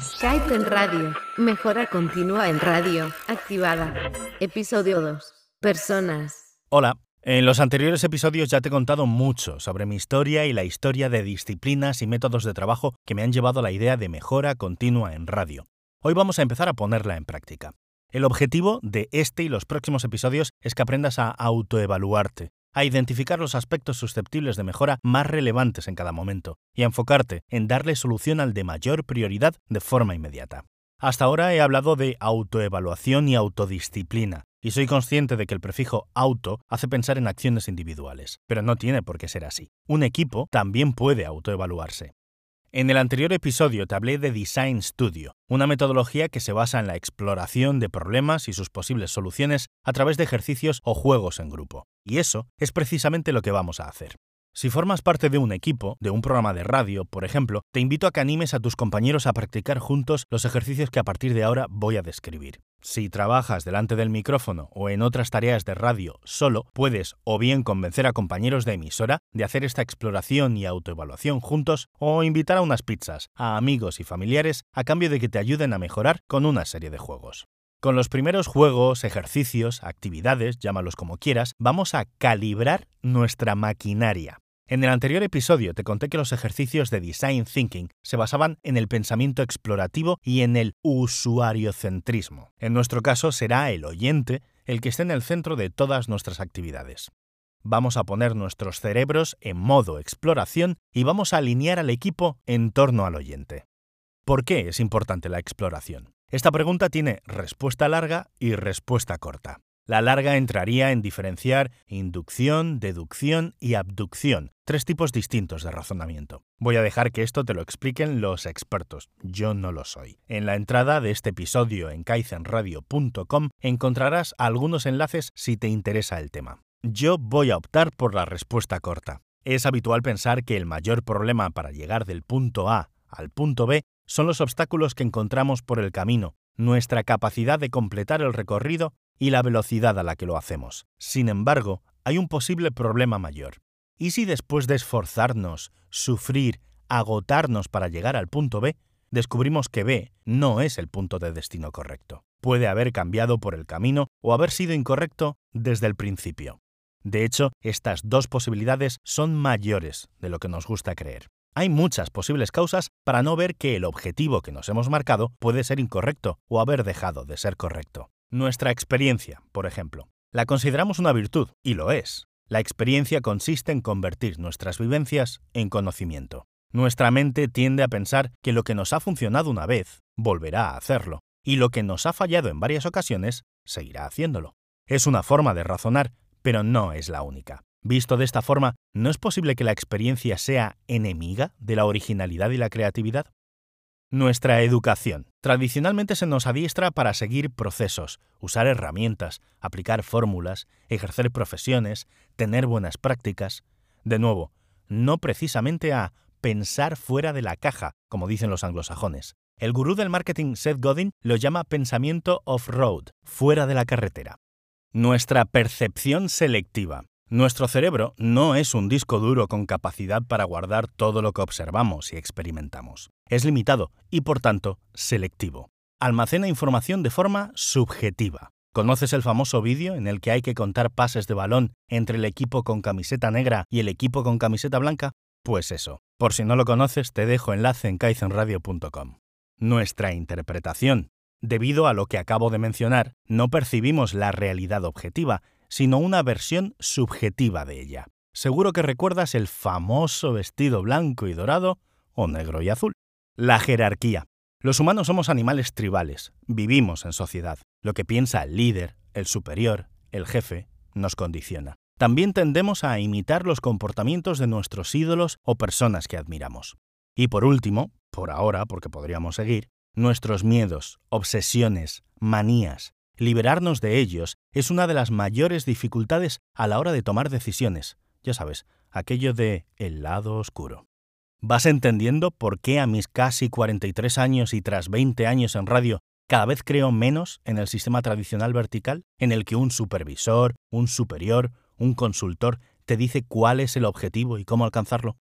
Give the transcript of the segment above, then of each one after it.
Skype en radio. Mejora continua en radio. Activada. Episodio 2. Personas. Hola. En los anteriores episodios ya te he contado mucho sobre mi historia y la historia de disciplinas y métodos de trabajo que me han llevado a la idea de mejora continua en radio. Hoy vamos a empezar a ponerla en práctica. El objetivo de este y los próximos episodios es que aprendas a autoevaluarte, a identificar los aspectos susceptibles de mejora más relevantes en cada momento y a enfocarte en darle solución al de mayor prioridad de forma inmediata. Hasta ahora he hablado de autoevaluación y autodisciplina, y soy consciente de que el prefijo auto hace pensar en acciones individuales, pero no tiene por qué ser así. Un equipo también puede autoevaluarse. En el anterior episodio te hablé de Design Studio, una metodología que se basa en la exploración de problemas y sus posibles soluciones a través de ejercicios o juegos en grupo. Y eso es precisamente lo que vamos a hacer. Si formas parte de un equipo, de un programa de radio, por ejemplo, te invito a que animes a tus compañeros a practicar juntos los ejercicios que a partir de ahora voy a describir. Si trabajas delante del micrófono o en otras tareas de radio solo, puedes o bien convencer a compañeros de emisora de hacer esta exploración y autoevaluación juntos o invitar a unas pizzas a amigos y familiares a cambio de que te ayuden a mejorar con una serie de juegos. Con los primeros juegos, ejercicios, actividades, llámalos como quieras, vamos a calibrar nuestra maquinaria. En el anterior episodio te conté que los ejercicios de Design Thinking se basaban en el pensamiento explorativo y en el usuariocentrismo. En nuestro caso será el oyente el que esté en el centro de todas nuestras actividades. Vamos a poner nuestros cerebros en modo exploración y vamos a alinear al equipo en torno al oyente. ¿Por qué es importante la exploración? Esta pregunta tiene respuesta larga y respuesta corta. La larga entraría en diferenciar inducción, deducción y abducción, 3 tipos distintos de razonamiento. Voy a dejar que esto te lo expliquen los expertos, yo no lo soy. En la entrada de este episodio en kaizenradio.com encontrarás algunos enlaces si te interesa el tema. Yo voy a optar por la respuesta corta. Es habitual pensar que el mayor problema para llegar del punto A al punto B son los obstáculos que encontramos por el camino, nuestra capacidad de completar el recorrido y la velocidad a la que lo hacemos. Sin embargo, hay un posible problema mayor. ¿Y si después de esforzarnos, sufrir, agotarnos para llegar al punto B, descubrimos que B no es el punto de destino correcto? Puede haber cambiado por el camino o haber sido incorrecto desde el principio. De hecho, estas 2 posibilidades son mayores de lo que nos gusta creer. Hay muchas posibles causas para no ver que el objetivo que nos hemos marcado puede ser incorrecto o haber dejado de ser correcto. Nuestra experiencia, por ejemplo, la consideramos una virtud, y lo es. La experiencia consiste en convertir nuestras vivencias en conocimiento. Nuestra mente tiende a pensar que lo que nos ha funcionado una vez, volverá a hacerlo, y lo que nos ha fallado en varias ocasiones, seguirá haciéndolo. Es una forma de razonar, pero no es la única. Visto de esta forma, ¿no es posible que la experiencia sea enemiga de la originalidad y la creatividad? Nuestra educación. Tradicionalmente se nos adiestra para seguir procesos, usar herramientas, aplicar fórmulas, ejercer profesiones, tener buenas prácticas. De nuevo, no precisamente a pensar fuera de la caja, como dicen los anglosajones. El gurú del marketing Seth Godin lo llama pensamiento off-road, fuera de la carretera. Nuestra percepción selectiva. Nuestro cerebro no es un disco duro con capacidad para guardar todo lo que observamos y experimentamos. Es limitado y, por tanto, selectivo. Almacena información de forma subjetiva. ¿Conoces el famoso vídeo en el que hay que contar pases de balón entre el equipo con camiseta negra y el equipo con camiseta blanca? Pues eso. Por si no lo conoces, te dejo enlace en kaizenradio.com. Nuestra interpretación. Debido a lo que acabo de mencionar, no percibimos la realidad objetiva, sino una versión subjetiva de ella. Seguro que recuerdas el famoso vestido blanco y dorado o negro y azul. La jerarquía. Los humanos somos animales tribales, vivimos en sociedad. Lo que piensa el líder, el superior, el jefe, nos condiciona. También tendemos a imitar los comportamientos de nuestros ídolos o personas que admiramos. Y por último, por ahora, porque podríamos seguir, nuestros miedos, obsesiones, manías. Liberarnos de ellos es una de las mayores dificultades a la hora de tomar decisiones. Ya sabes, aquello de el lado oscuro. ¿Vas entendiendo por qué a mis casi 43 años y tras 20 años en radio cada vez creo menos en el sistema tradicional vertical, en el que un supervisor, un superior, un consultor te dice cuál es el objetivo y cómo alcanzarlo?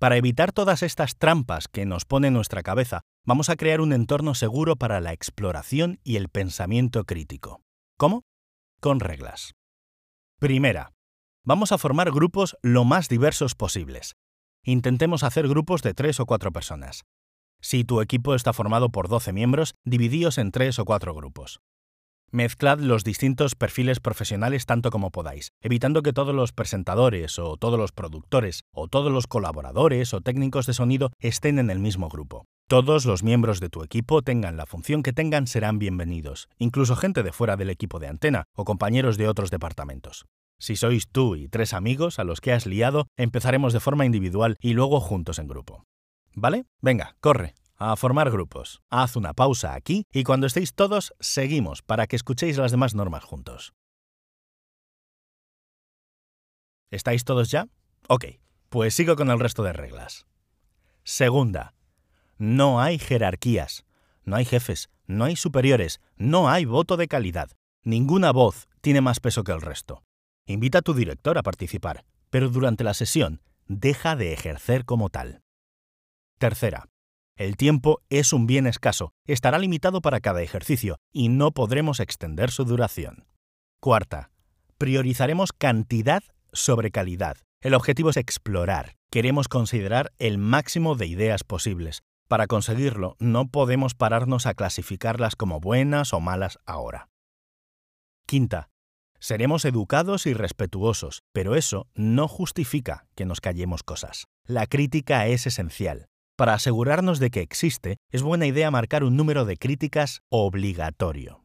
Para evitar todas estas trampas que nos pone en nuestra cabeza, vamos a crear un entorno seguro para la exploración y el pensamiento crítico. ¿Cómo? Con reglas. Primera, vamos a formar grupos lo más diversos posibles. Intentemos hacer grupos de 3 o 4 personas. Si tu equipo está formado por 12 miembros, dividíos en 3 o 4 grupos. Mezclad los distintos perfiles profesionales tanto como podáis, evitando que todos los presentadores o todos los productores o todos los colaboradores o técnicos de sonido estén en el mismo grupo. Todos los miembros de tu equipo, tengan la función que tengan, serán bienvenidos, incluso gente de fuera del equipo de antena o compañeros de otros departamentos. Si sois tú y 3 amigos a los que has liado, empezaremos de forma individual y luego juntos en grupo. ¿Vale? Venga, corre. A formar grupos. Haz una pausa aquí y cuando estéis todos, seguimos para que escuchéis las demás normas juntos. ¿Estáis todos ya? Ok, pues sigo con el resto de reglas. Segunda, no hay jerarquías, no hay jefes, no hay superiores, no hay voto de calidad. Ninguna voz tiene más peso que el resto. Invita a tu director a participar, pero durante la sesión, deja de ejercer como tal. Tercera, el tiempo es un bien escaso, estará limitado para cada ejercicio y no podremos extender su duración. Cuarta, priorizaremos cantidad sobre calidad. El objetivo es explorar. Queremos considerar el máximo de ideas posibles. Para conseguirlo, no podemos pararnos a clasificarlas como buenas o malas ahora. Quinta, seremos educados y respetuosos, pero eso no justifica que nos callemos cosas. La crítica es esencial. Para asegurarnos de que existe, es buena idea marcar un número de críticas obligatorio.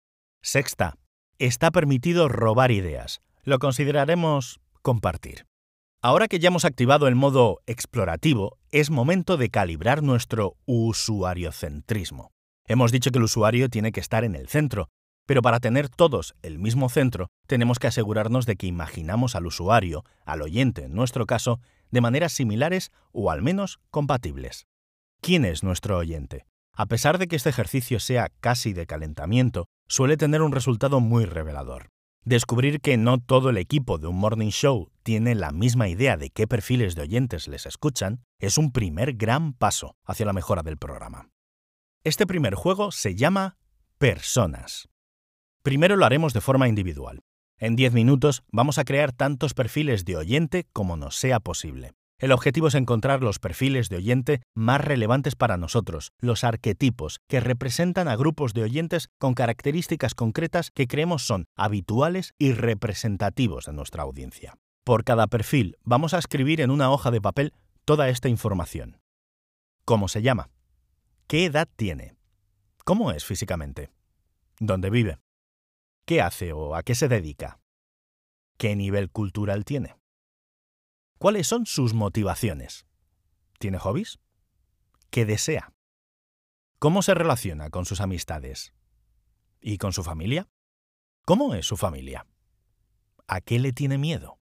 Sexta, está permitido robar ideas. Lo consideraremos compartir. Ahora que ya hemos activado el modo explorativo, es momento de calibrar nuestro usuariocentrismo. Hemos dicho que el usuario tiene que estar en el centro, pero para tener todos el mismo centro, tenemos que asegurarnos de que imaginamos al usuario, al oyente en nuestro caso, de maneras similares o al menos compatibles. ¿Quién es nuestro oyente? A pesar de que este ejercicio sea casi de calentamiento, suele tener un resultado muy revelador. Descubrir que no todo el equipo de un morning show tiene la misma idea de qué perfiles de oyentes les escuchan es un primer gran paso hacia la mejora del programa. Este primer juego se llama Personas. Primero lo haremos de forma individual. En 10 minutos vamos a crear tantos perfiles de oyente como nos sea posible. El objetivo es encontrar los perfiles de oyente más relevantes para nosotros, los arquetipos que representan a grupos de oyentes con características concretas que creemos son habituales y representativos de nuestra audiencia. Por cada perfil vamos a escribir en una hoja de papel toda esta información. ¿Cómo se llama? ¿Qué edad tiene? ¿Cómo es físicamente? ¿Dónde vive? ¿Qué hace o a qué se dedica? ¿Qué nivel cultural tiene? ¿Cuáles son sus motivaciones? ¿Tiene hobbies? ¿Qué desea? ¿Cómo se relaciona con sus amistades? ¿Y con su familia? ¿Cómo es su familia? ¿A qué le tiene miedo?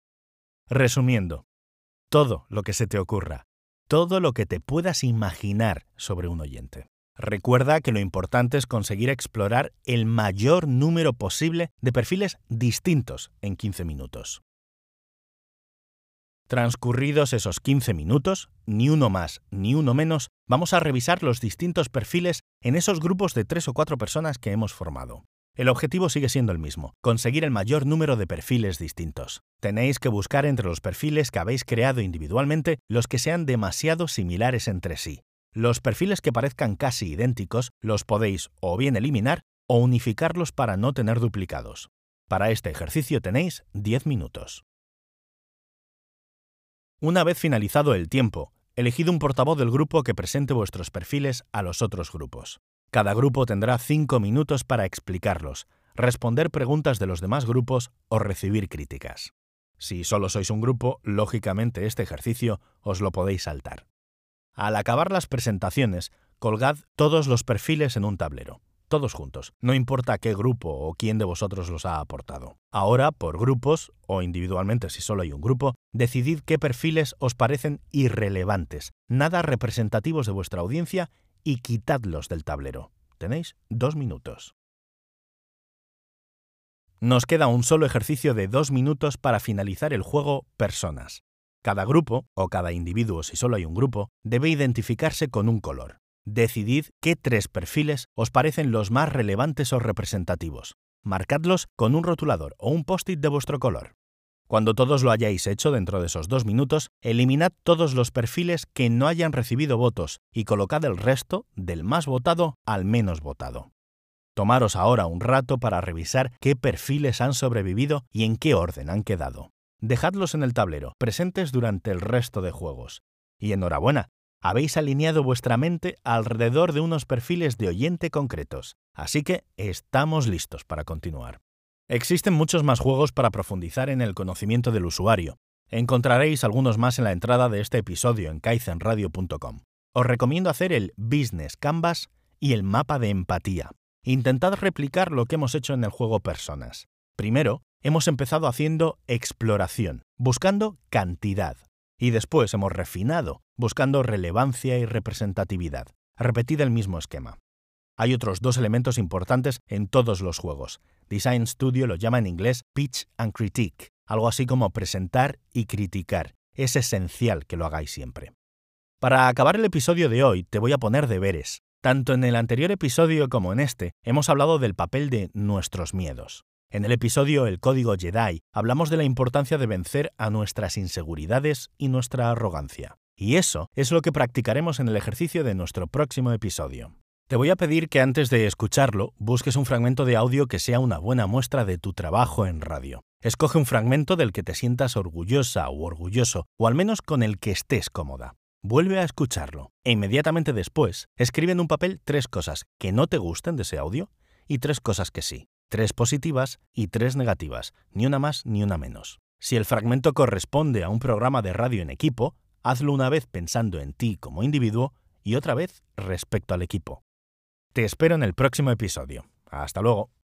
Resumiendo, todo lo que se te ocurra, todo lo que te puedas imaginar sobre un oyente. Recuerda que lo importante es conseguir explorar el mayor número posible de perfiles distintos en 15 minutos. Transcurridos esos 15 minutos, ni uno más ni uno menos, vamos a revisar los distintos perfiles en esos grupos de 3 o 4 personas que hemos formado. El objetivo sigue siendo el mismo, conseguir el mayor número de perfiles distintos. Tenéis que buscar entre los perfiles que habéis creado individualmente los que sean demasiado similares entre sí. Los perfiles que parezcan casi idénticos los podéis o bien eliminar o unificarlos para no tener duplicados. Para este ejercicio tenéis 10 minutos. Una vez finalizado el tiempo, elegid un portavoz del grupo que presente vuestros perfiles a los otros grupos. Cada grupo tendrá 5 minutos para explicarlos, responder preguntas de los demás grupos o recibir críticas. Si solo sois un grupo, lógicamente este ejercicio os lo podéis saltar. Al acabar las presentaciones, colgad todos los perfiles en un tablero, todos juntos, no importa qué grupo o quién de vosotros los ha aportado. Ahora, por grupos, o individualmente si solo hay un grupo, decidid qué perfiles os parecen irrelevantes, nada representativos de vuestra audiencia y quitadlos del tablero. Tenéis 2 minutos. Nos queda un solo ejercicio de 2 minutos para finalizar el juego Personas. Cada grupo, o cada individuo si solo hay un grupo, debe identificarse con un color. Decidid qué 3 perfiles os parecen los más relevantes o representativos. Marcadlos con un rotulador o un post-it de vuestro color. Cuando todos lo hayáis hecho dentro de esos 2 minutos, eliminad todos los perfiles que no hayan recibido votos y colocad el resto, del más votado al menos votado. Tomaros ahora un rato para revisar qué perfiles han sobrevivido y en qué orden han quedado. Dejadlos en el tablero, presentes durante el resto de juegos. Y enhorabuena, habéis alineado vuestra mente alrededor de unos perfiles de oyente concretos, así que estamos listos para continuar. Existen muchos más juegos para profundizar en el conocimiento del usuario. Encontraréis algunos más en la entrada de este episodio en kaizenradio.com. Os recomiendo hacer el Business Canvas y el mapa de empatía. Intentad replicar lo que hemos hecho en el juego Personas. Primero, hemos empezado haciendo exploración, buscando cantidad. Y después hemos refinado, buscando relevancia y representatividad. Repetid el mismo esquema. Hay otros 2 elementos importantes en todos los juegos. Design Studio lo llama en inglés Pitch and Critique, algo así como presentar y criticar. Es esencial que lo hagáis siempre. Para acabar el episodio de hoy, te voy a poner deberes. Tanto en el anterior episodio como en este, hemos hablado del papel de nuestros miedos. En el episodio El Código Jedi, hablamos de la importancia de vencer a nuestras inseguridades y nuestra arrogancia. Y eso es lo que practicaremos en el ejercicio de nuestro próximo episodio. Te voy a pedir que antes de escucharlo, busques un fragmento de audio que sea una buena muestra de tu trabajo en radio. Escoge un fragmento del que te sientas orgullosa u orgulloso, o al menos con el que estés cómoda. Vuelve a escucharlo e inmediatamente después escribe en un papel 3 cosas que no te gusten de ese audio y 3 cosas que sí. 3 positivas y 3 negativas, ni una más ni una menos. Si el fragmento corresponde a un programa de radio en equipo, hazlo una vez pensando en ti como individuo y otra vez respecto al equipo. Te espero en el próximo episodio. Hasta luego.